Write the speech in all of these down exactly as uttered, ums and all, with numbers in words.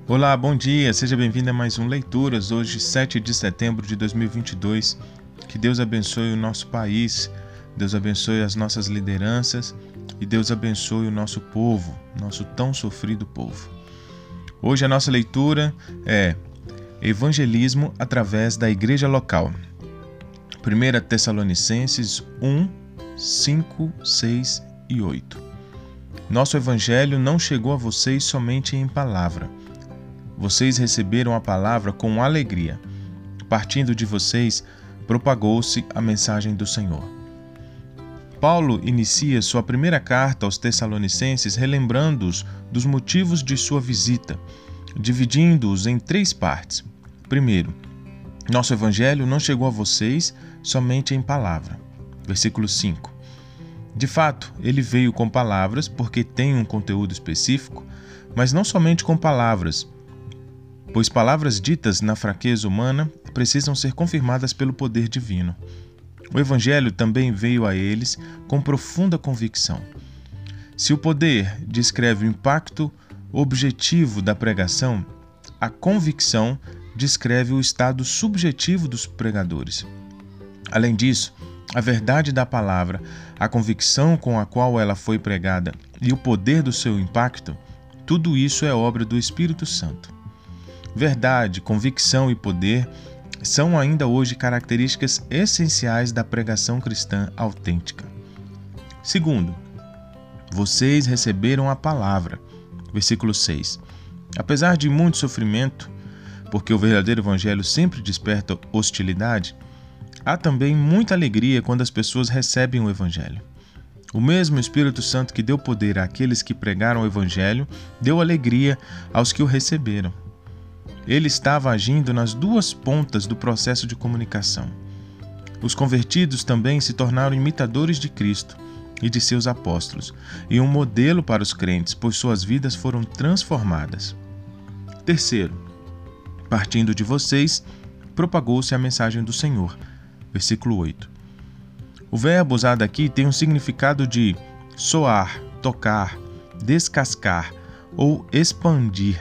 Olá, bom dia, seja bem-vindo a mais um Leituras, hoje sete de setembro de dois mil e vinte e dois. Que Deus abençoe o nosso país, Deus abençoe as nossas lideranças e Deus abençoe o nosso povo, nosso tão sofrido povo. Hoje a nossa leitura é Evangelismo através da igreja local. primeira Tessalonicenses um, cinco, seis e oito. Nosso evangelho não chegou a vocês somente em palavra. Vocês receberam a palavra com alegria. Partindo de vocês, propagou-se a mensagem do Senhor. Paulo inicia sua primeira carta aos Tessalonicenses relembrando-os dos motivos de sua visita, dividindo-os em três partes. Primeiro, nosso evangelho não chegou a vocês somente em palavra. Versículo cinco. De fato, ele veio com palavras porque tem um conteúdo específico, mas não somente com palavras, pois palavras ditas na fraqueza humana precisam ser confirmadas pelo poder divino. O Evangelho também veio a eles com profunda convicção. Se o poder descreve o impacto objetivo da pregação, a convicção descreve o estado subjetivo dos pregadores. Além disso, a verdade da palavra, a convicção com a qual ela foi pregada e o poder do seu impacto, tudo isso é obra do Espírito Santo. Verdade, convicção e poder são ainda hoje características essenciais da pregação cristã autêntica. Segundo, vocês receberam a palavra. Versículo seis. Apesar de muito sofrimento, porque o verdadeiro evangelho sempre desperta hostilidade, há também muita alegria quando as pessoas recebem o evangelho. O mesmo Espírito Santo que deu poder àqueles que pregaram o evangelho, deu alegria aos que o receberam. Ele estava agindo nas duas pontas do processo de comunicação. Os convertidos também se tornaram imitadores de Cristo e de seus apóstolos, e um modelo para os crentes, pois suas vidas foram transformadas. Terceiro, partindo de vocês, propagou-se a mensagem do Senhor. Versículo oito. O verbo usado aqui tem um significado de soar, tocar, descascar ou expandir.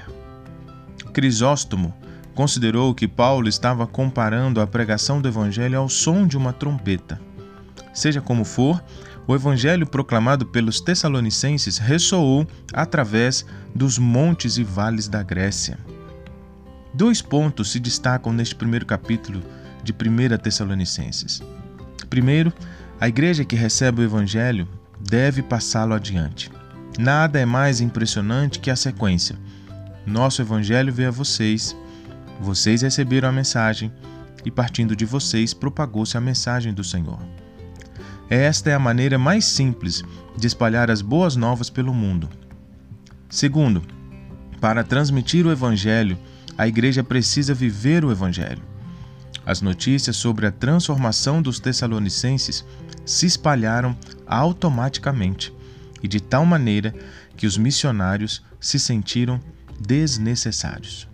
Crisóstomo considerou que Paulo estava comparando a pregação do evangelho ao som de uma trombeta. Seja como for, o evangelho proclamado pelos tessalonicenses ressoou através dos montes e vales da Grécia. Dois pontos se destacam neste primeiro capítulo de primeira Tessalonicenses. Primeiro, a igreja que recebe o evangelho deve passá-lo adiante. Nada é mais impressionante que a sequência. Nosso evangelho veio a vocês, vocês receberam a mensagem, e partindo de vocês propagou-se a mensagem do Senhor. Esta é a maneira mais simples de espalhar as boas novas pelo mundo. Segundo, para transmitir o evangelho, a igreja precisa viver o evangelho. As notícias sobre a transformação dos tessalonicenses se espalharam automaticamente e de tal maneira que os missionários se sentiram desnecessários.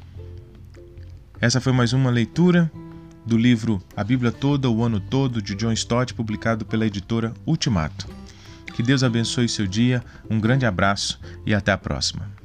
Essa foi mais uma leitura do livro A Bíblia Toda, o Ano Todo, de John Stott, publicado pela editora Ultimato. Que Deus abençoe seu dia, um grande abraço e até a próxima.